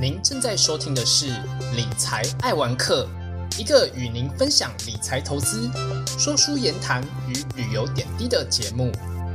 您正在收听的是理财爱玩客，一个与您分享理财投资、说书言谈与旅游点滴的节目。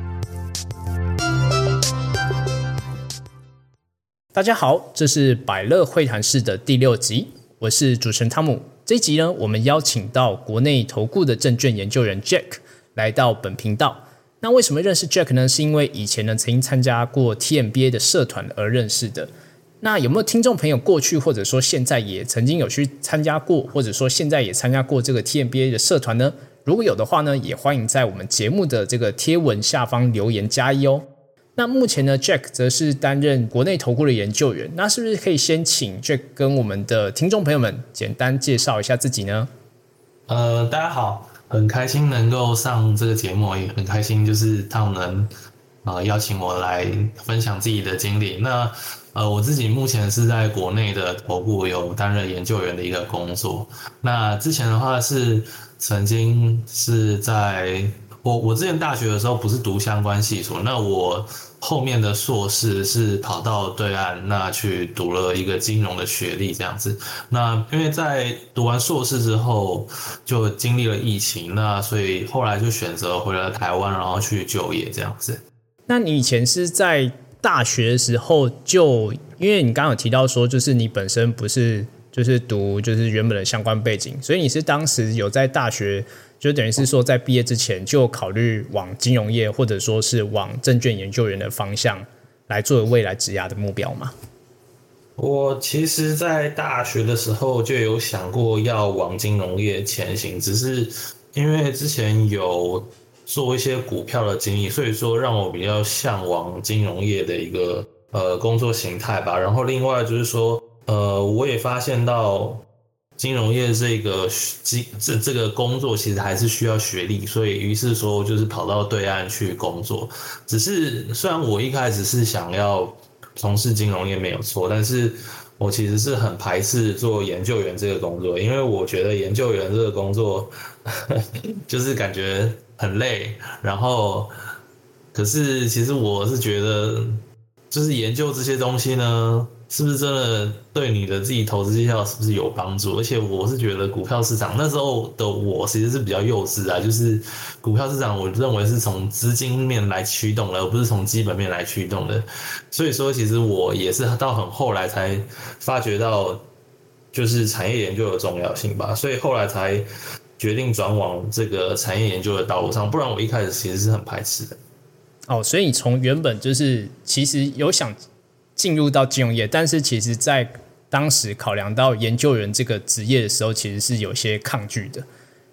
大家好，这是百乐会谈室的第6集，我是主持人汤姆。这一集呢，我们邀请到国内投顾的证券研究人 Jack 来到本频道。那为什么认识 Jack 呢？是因为以前呢曾经参加过 TMBA 的社团而认识的。那有没有听众朋友过去或者说现在也曾经有去参加过，或者说现在也参加过这个 TMBA 的社团呢？如果有的话呢，也欢迎在我们节目的这个贴文下方留言加一哦。那目前呢 Jack 则是担任国内投顾的研究员，那是不是可以先请 Jack 跟我们的听众朋友们简单介绍一下自己呢？ 大家好，很开心能够上这个节目，也很开心就是他们能邀请我来分享自己的经历。那我自己目前是在国内的投顾有担任研究员的一个工作。那之前的话是曾经是在我之前大学的时候不是读相关系所，那我后面的硕士是跑到对岸，那去读了一个金融的学历这样子。那因为在读完硕士之后就经历了疫情，那所以后来就选择回了台湾，然后去就业这样子。 那你以前是在大学的时候就，因为你刚刚有提到说，就是你本身不是就是读就是原本的相关背景，所以你是当时有在大学就等于是说在毕业之前就考虑往金融业或者说是往证券研究员的方向来作为未来职涯的目标吗？ 我其实在大学的时候就有想过要往金融业前行，只是因为之前有做一些股票的经历，所以说让我比较向往金融业的一个工作形态吧。然后另外就是说我也发现到金融业这个工作其实还是需要学历，所以于是说就是跑到对岸去工作。只是虽然我一开始是想要从事金融业没有错，但是我其实是很排斥做研究员这个工作，因为我觉得研究员这个工作就是感觉很累，然后可是其实我是觉得就是研究这些东西呢，是不是真的对你的自己投资绩效是不是有帮助？而且我是觉得股票市场那时候的我其实是比较幼稚啊，就是股票市场我认为是从资金面来驱动的，而不是从基本面来驱动的。所以说其实我也是到很后来才发觉到就是产业研究的重要性吧，所以后来才决定转往这个产业研究的道路上，不然我一开始其实是很排斥的。 所以你从原本就是其实有想进入到金融业，但是其实在当时考量到研究员这个职业的时候，其实是有些抗拒的。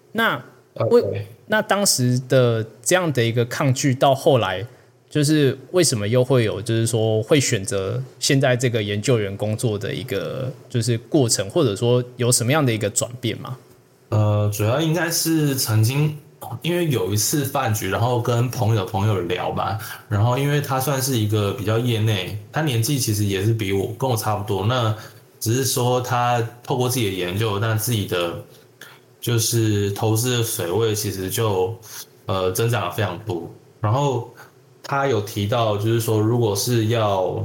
那当时的这样的一个抗拒，到后来就是为什么又会有就是说会选择现在这个研究员工作的一个就是过程，或者说有什么样的一个转变吗？ 主要应该是曾经因为有一次饭局，然后跟朋友聊吧，然后因为他算是一个比较业内，他年纪其实也是跟我差不多，那只是说他透过自己的研究，那自己的就是投资的水位其实就增长了非常多。然后他有提到就是说，如果是要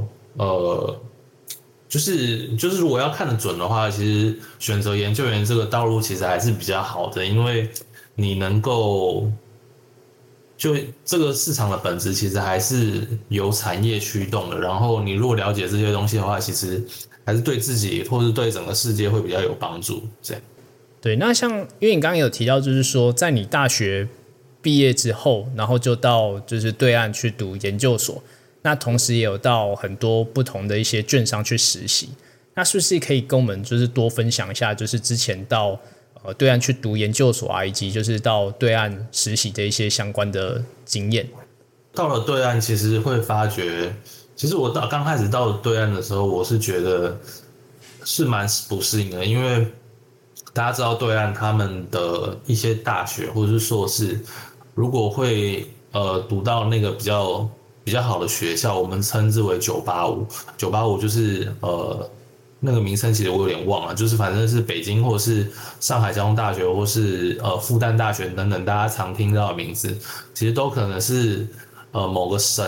就是如果要看得准的话，其实选择研究员这个道路其实还是比较好的，因为你能够就这个市场的本质其实还是由产业驱动的，然后你如果了解这些东西的话，其实还是对自己或是对整个世界会比较有帮助。这样。 对，那像因为你刚刚有提到，就是说在你大学毕业之后，然后就到就是对岸去读研究所，那同时也有到很多不同的一些券商去实习。那是不是可以跟我们就是多分享一下，就是之前到对岸去读研究所啊，以及就是到对岸实习的一些相关的经验？ 到了对岸，其实会发觉，其实我刚开始到对岸的时候，我是觉得是蛮不适应的，因为大家知道对岸他们的一些大学或者是硕士，如果会读到那个比较好的学校，我们称之为985，985就是那个名称其实我有点忘了，就是反正是北京或是上海交通大学或是复旦大学等等大家常听到的名字，其实都可能是某个省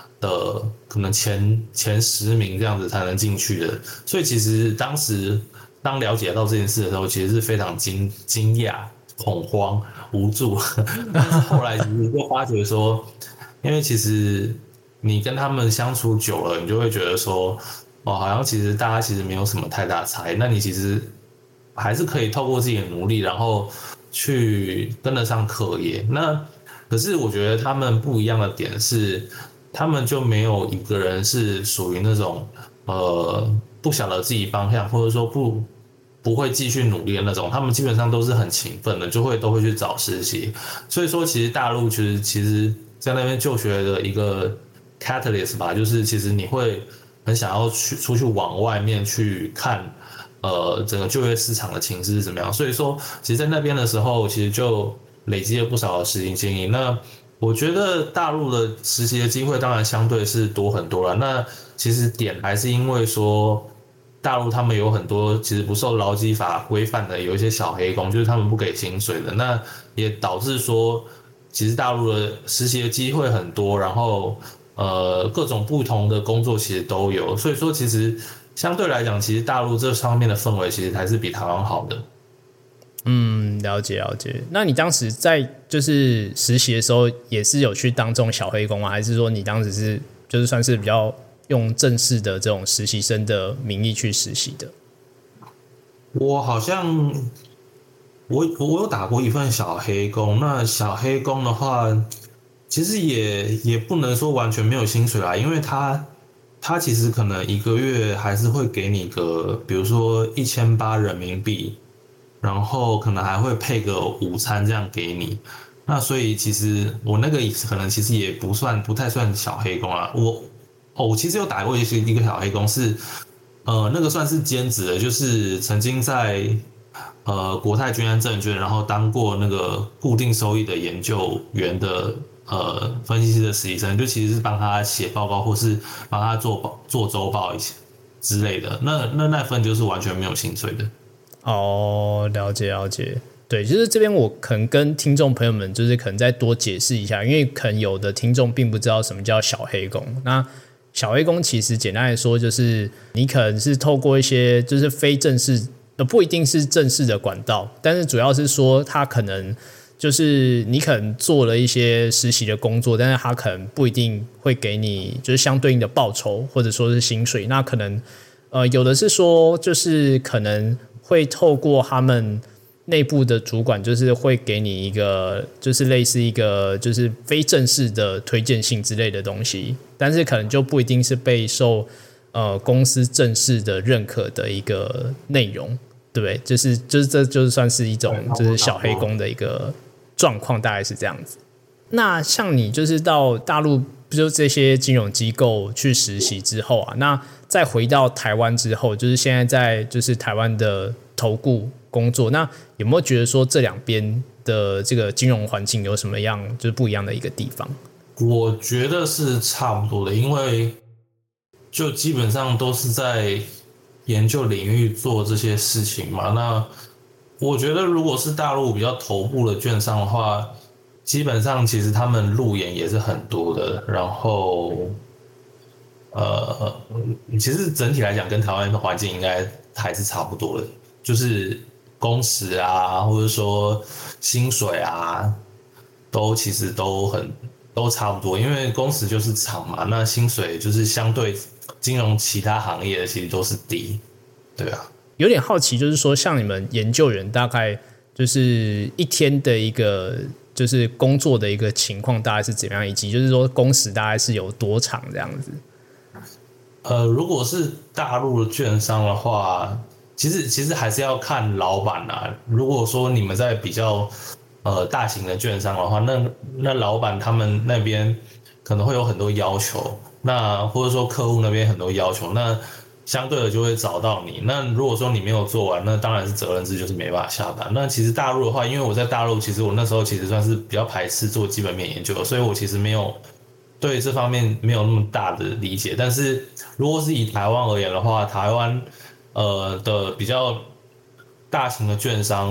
的可能前10名这样子才能进去的。所以其实当时当了解到这件事的时候，其实是非常惊讶、恐慌、无助。但是后来其实就发觉说，因为其实你跟他们相处久了，你就会觉得说，哦，好像其实大家其实没有什么太大差异。那你其实还是可以透过自己的努力，然后去跟得上课业。那可是我觉得他们不一样的点是，他们就没有一个人是属于那种不晓得自己方向，或者说不会继续努力的那种。他们基本上都是很勤奋的，都会去找实习。所以说，其实大陆其实在那边就学的一个 catalyst 吧，就是其实你会很想要出去往外面去看。整个就业市场的情势是怎么样？所以说，其实，在那边的时候，其实就累积了不少的实习经验。那我觉得大陆的实习的机会当然相对是多很多了。那其实点还是因为说，大陆他们有很多其实不受劳基法规范的，有一些小黑工，就是他们不给薪水的。那也导致说，其实大陆的实习的机会很多，然后各种不同的工作其实都有。所以说，其实。相对来讲，其实大陆这方面的氛围其实还是比台湾好的。 了解。那你当时在就是实习的时候，也是有去当这种小黑工吗？还是说你当时是就是算是比较用正式的这种实习生的名义去实习的？ 我好像我有打过一份小黑工。那小黑工的话，其实也不能说完全没有薪水啦，因为他其实可能一个月还是会给你个，比如说1800人民币，然后可能还会配个午餐这样给你。那所以其实我那个可能其实也不太算小黑工啦。我其实有打过一个小黑工是，那个算是兼职的，就是曾经在国泰君安证券，然后当过那个固定收益的研究员的。分析师的实习生，就其实是帮他写报告，或是帮他做周报一些之类的。那份就是完全没有薪水的。 哦，了解。对，就是这边我可能跟听众朋友们就是可能再多解释一下，因为可能有的听众并不知道什么叫小黑工。那小黑工其实简单来说，就是你可能是透过一些就是非正式，不一定是正式的管道，但是主要是说他可能。就是你可能做了一些实习的工作，但是他可能不一定会给你就是相对应的报酬或者说是薪水。那可能有的是说就是可能会透过他们内部的主管，就是会给你一个就是类似一个就是非正式的推荐信之类的东西，但是可能就不一定是被受公司正式的认可的一个内容，对不对？就是这就是算是一种就是小黑工的一个。状况大概是这样子。那像你就是到大陆，就这些金融机构去实习之后啊，那再回到台湾之后，就是现在在就是台湾的投顾工作，那有没有觉得说这两边的这个金融环境有什么样就是不一样的一个地方？ 我觉得是差不多的，因为就基本上都是在研究领域做这些事情嘛。那我觉得，如果是大陆比较头部的券商的话，基本上其实他们路演也是很多的。然后，其实整体来讲，跟台湾的环境应该还是差不多的，就是工时啊，或者说薪水啊，其实都差不多。因为工时就是长嘛，那薪水就是相对金融其他行业的其实都是低，对啊。 有点好奇，就是说，像你们研究员大概就是一天的一个就是工作的一个情况大概是怎么样，以及就是说工时大概是有多长这样子？ 如果是大陆的券商的话，其实还是要看老板啊。如果说你们在比较大型的券商的话，那老板他们那边可能会有很多要求，那或者说客户那边很多要求，那相对的就会找到你。那如果说你没有做完，那当然是责任制，就是没办法下班。那其实大陆的话，因为我在大陆，其实我那时候其实算是比较排斥做基本面研究，所以我其实没有对这方面没有那么大的理解。但是如果是以台湾而言的话，台湾的比较大型的券商，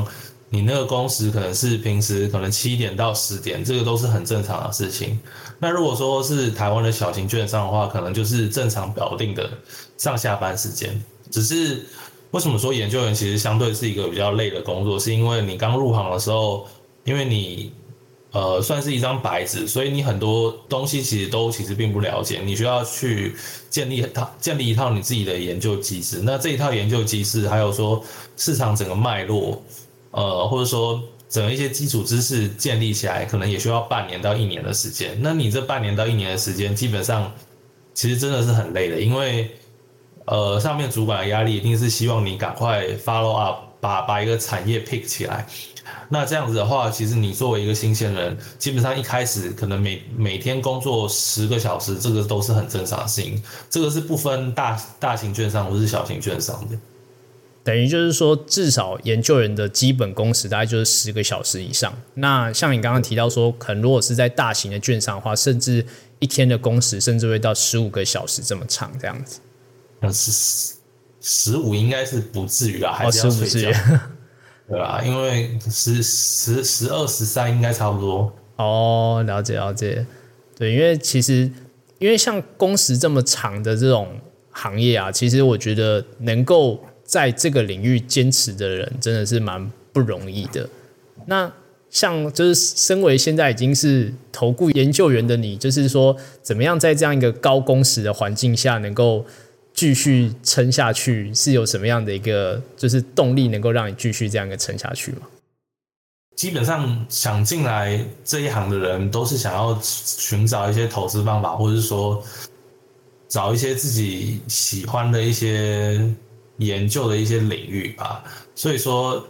你那个工时可能是平时可能7点到10点，这个都是很正常的事情。那如果说是台湾的小型券商的话，可能就是正常表定的上下班时间。只是为什么说研究员其实相对是一个比较累的工作，是因为你刚入行的时候，因为你算是一张白纸，所以你很多东西其实并不了解，你需要去建立一套你自己的研究机制。那这一套研究机制，还有说市场整个脉络，或者说整个一些基础知识建立起来，可能也需要半年到1年的时间。那你这半年到1年的时间，基本上其实真的是很累的，因为上面主管的压力一定是希望你赶快 follow up， 把一个产业 pick 起来。那这样子的话，其实你作为一个新鲜人，基本上一开始可能每天工作10个小时，这个都是很正常的事情。这个是不分大型券商或是小型券商的。 等于就是说，至少研究员的基本工时大概就是10个小时以上。那像你刚刚提到说，可能如果是在大型的券商的话，甚至一天的工时甚至会到15个小时这么长，这样子。 15应该是不至于啦，还是要睡觉。对啦，因为12、13应该差不多。 哦，了解了解。对，因为像工时这么长的这种行业啊，其实我觉得能够在这个领域坚持的人真的是蛮不容易的。那像就是身为现在已经是投顾研究员的你，就是说怎么样在这样一个高工时的环境下能够继续撑下去，是有什么样的一个就是动力能够让你继续这样一个撑下去吗？ 基本上想进来这一行的人都是想要寻找一些投资方法，或者是说找一些自己喜欢的一些研究的一些领域吧。所以说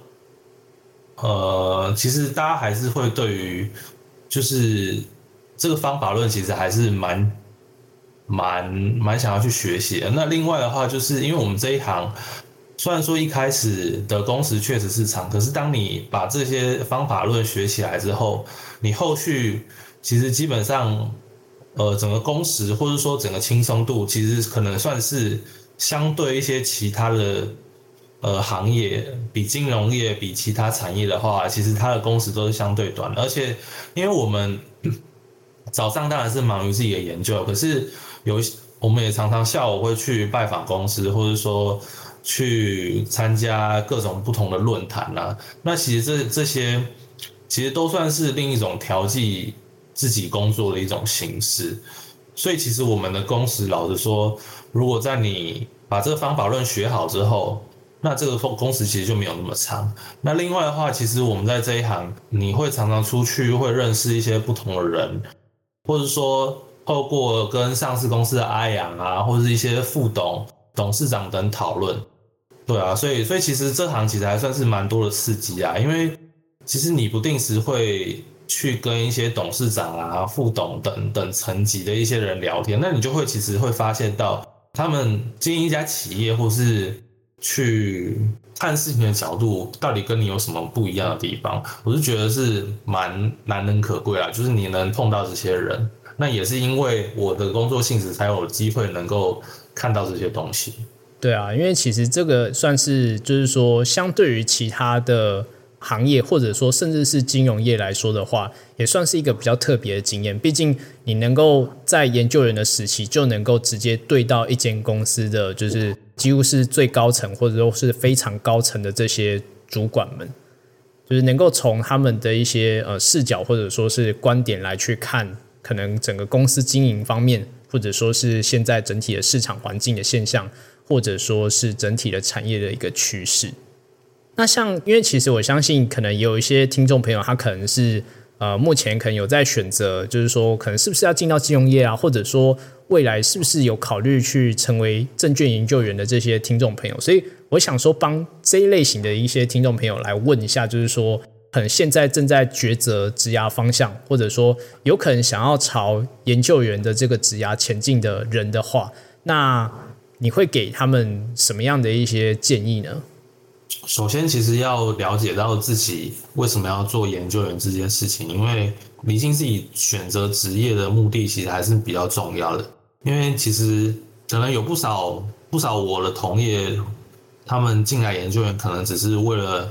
其实大家还是会对于就是这个方法论其实还是蛮想要去学习的。那另外的话，就是因为我们这一行虽然说一开始的工时确实是长，可是当你把这些方法论学起来之后，你后续其实基本上整个工时或者说整个轻松度，其实可能算是相对一些其他的行业，比金融业比其他产业的话，其实它的工时都是相对短的。而且因为我们早上当然是忙于自己的研究，可是我们也常常下午会去拜访公司，或者说去参加各种不同的论坛啊。那其实这些其实都算是另一种调剂自己工作的一种形式。所以其实我们的工时，老实说，如果在你把这个方法论学好之后，那这个工时其实就没有那么长。那另外的话，其实我们在这一行，你会常常出去，会认识一些不同的人，或者说透过跟上市公司的阿阳啊，或者是一些副董、董事长等讨论。对啊，所以其实这行其实还算是蛮多的刺激啊，因为其实你不定时会去跟一些董事长啊、副董等层级的一些人聊天，那你就会其实会发现到他们经营一家企业，或是去看事情的角度到底跟你有什么不一样的地方，我是觉得是蛮难能可贵啦，就是你能碰到这些人，那也是因为我的工作性质才有机会能够看到这些东西。 对啊，因为其实这个算是就是说相对于其他的行业或者说甚至是金融业来说的话，也算是一个比较特别的经验。毕竟你能够在研究员的时期就能够直接对到一间公司的就是几乎是最高层或者说是非常高层的这些主管们，就是能够从他们的一些视角或者说是观点来去看可能整个公司经营方面，或者说是现在整体的市场环境的现象，或者说是整体的产业的一个趋势。那像因为其实我相信可能也有一些听众朋友他可能是目前可能有在选择就是说可能是不是要进到金融业啊，或者说未来是不是有考虑去成为证券研究员的这些听众朋友，所以我想说帮这一类型的一些听众朋友来问一下，就是说可能现在正在抉择职涯方向，或者说有可能想要朝研究员的这个职涯前进的人的话，那你会给他们什么样的一些建议呢？ 首先其实要了解到自己为什么要做研究员这件事情，因为理清自己选择职业的目的其实还是比较重要的。因为其实可能有不少我的同业，他们进来研究员可能只是为了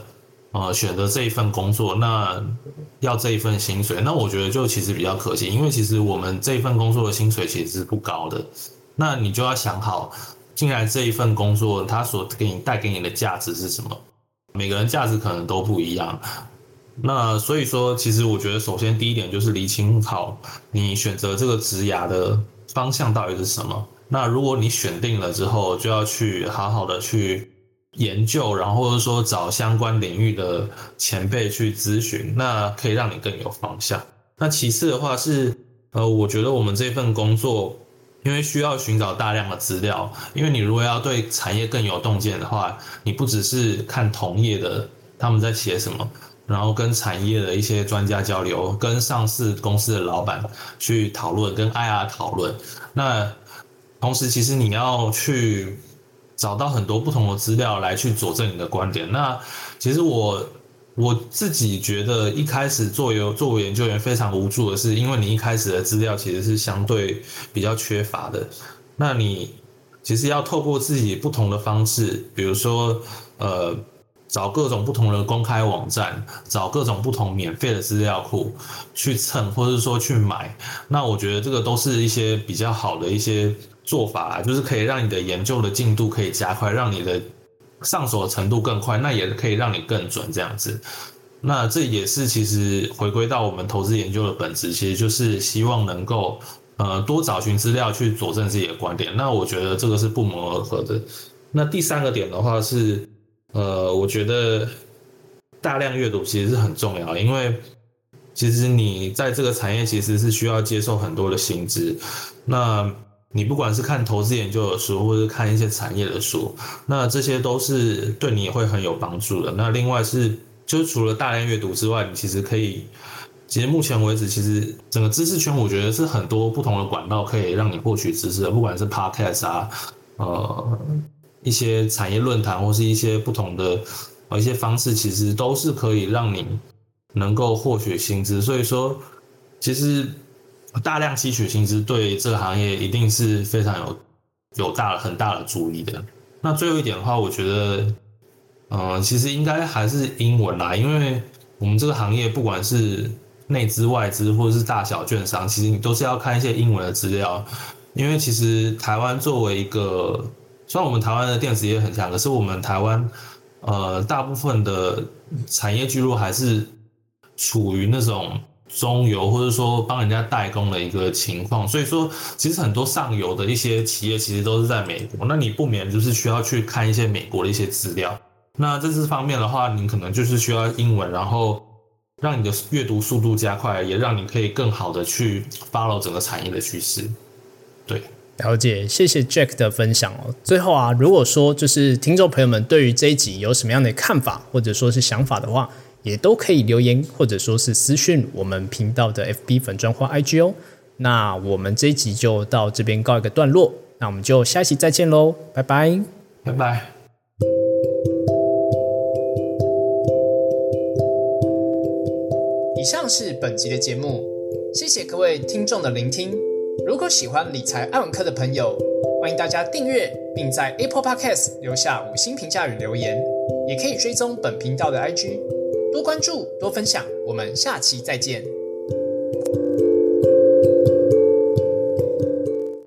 选择这一份工作，那要这一份薪水，那我觉得就其实比较可惜，因为其实我们这一份工作的薪水其实是不高的，那你就要想好，进来这一份工作，它所带给你的价值是什么？每个人价值可能都不一样。那所以说，其实我觉得首先第一点就是厘清好你选择这个职涯的方向到底是什么。那如果你选定了之后，就要去好好的去研究，然后或者说找相关领域的前辈去咨询，那可以让你更有方向。那其次的话是，我觉得我们这份工作，因为需要寻找大量的资料，因为你如果要对产业更有洞见的话，你不只是看同业的他们在写什么，然后跟产业的一些专家交流，跟上市公司的老板去讨论，跟 IR 讨论。那同时，其实你要去找到很多不同的资料来去佐证你的观点。那其实我自己觉得一开始作为研究员非常无助的是，因为你一开始的资料其实是相对比较缺乏的。那你其实要透过自己不同的方式，比如说找各种不同的公开网站，找各种不同免费的资料库去蹭，或者说去买。那我觉得这个都是一些比较好的一些做法，就是可以让你的研究的进度可以加快，让你的上手的程度更快，那也可以让你更准这样子。那这也是其实回归到我们投资研究的本质，其实就是希望能够多找寻资料去佐证自己的观点。那我觉得这个是不谋而合的。那第三个点的话是我觉得大量阅读其实是很重要，因为其实你在这个产业其实是需要接受很多的新知。那你不管是看投资研究的书，或者是看一些产业的书，那这些都是对你也会很有帮助的。那另外是，就是除了大量阅读之外，你其实可以，其实目前为止，其实整个知识圈，我觉得是很多不同的管道可以让你获取知识的，不管是 podcast 啊，一些产业论坛或是一些不同的一些方式，其实都是可以让你能够获取新知。所以说，其实大量吸取新知对这个行业一定是非常有很大的助力的。那最后一点的话，我觉得，其实应该还是英文啦，因为我们这个行业不管是内资外资或者是大小券商，其实你都是要看一些英文的资料，因为其实台湾作为一个，虽然我们台湾的电子业很强，可是我们台湾大部分的产业聚落还是处于那种中游或者说帮人家代工的一个情况，所以说其实很多上游的一些企业其实都是在美国，那你不免就是需要去看一些美国的一些资料。那在这方面的话，你可能就是需要英文，然后让你的阅读速度加快，也让你可以更好的去 follow 整个产业的趋势。对， 了解，谢谢 Jack 的分享哦。最后啊，如果说就是听众朋友们对于这一集有什么样的看法或者说是想法的话，也都可以留言或者说是私讯我们频道的 FB 粉专或 IG 哦。那我们这一集就到这边告一个段落，那我们就下一期再见喽，拜拜， 拜拜。 以上是本集的节目，谢谢各位听众的聆听。如果喜欢理财艾文科的朋友，欢迎大家订阅，并在 Apple Podcast 留下5星评价与留言，也可以追踪本频道的 IG， 多关注多分享，我们下期再见。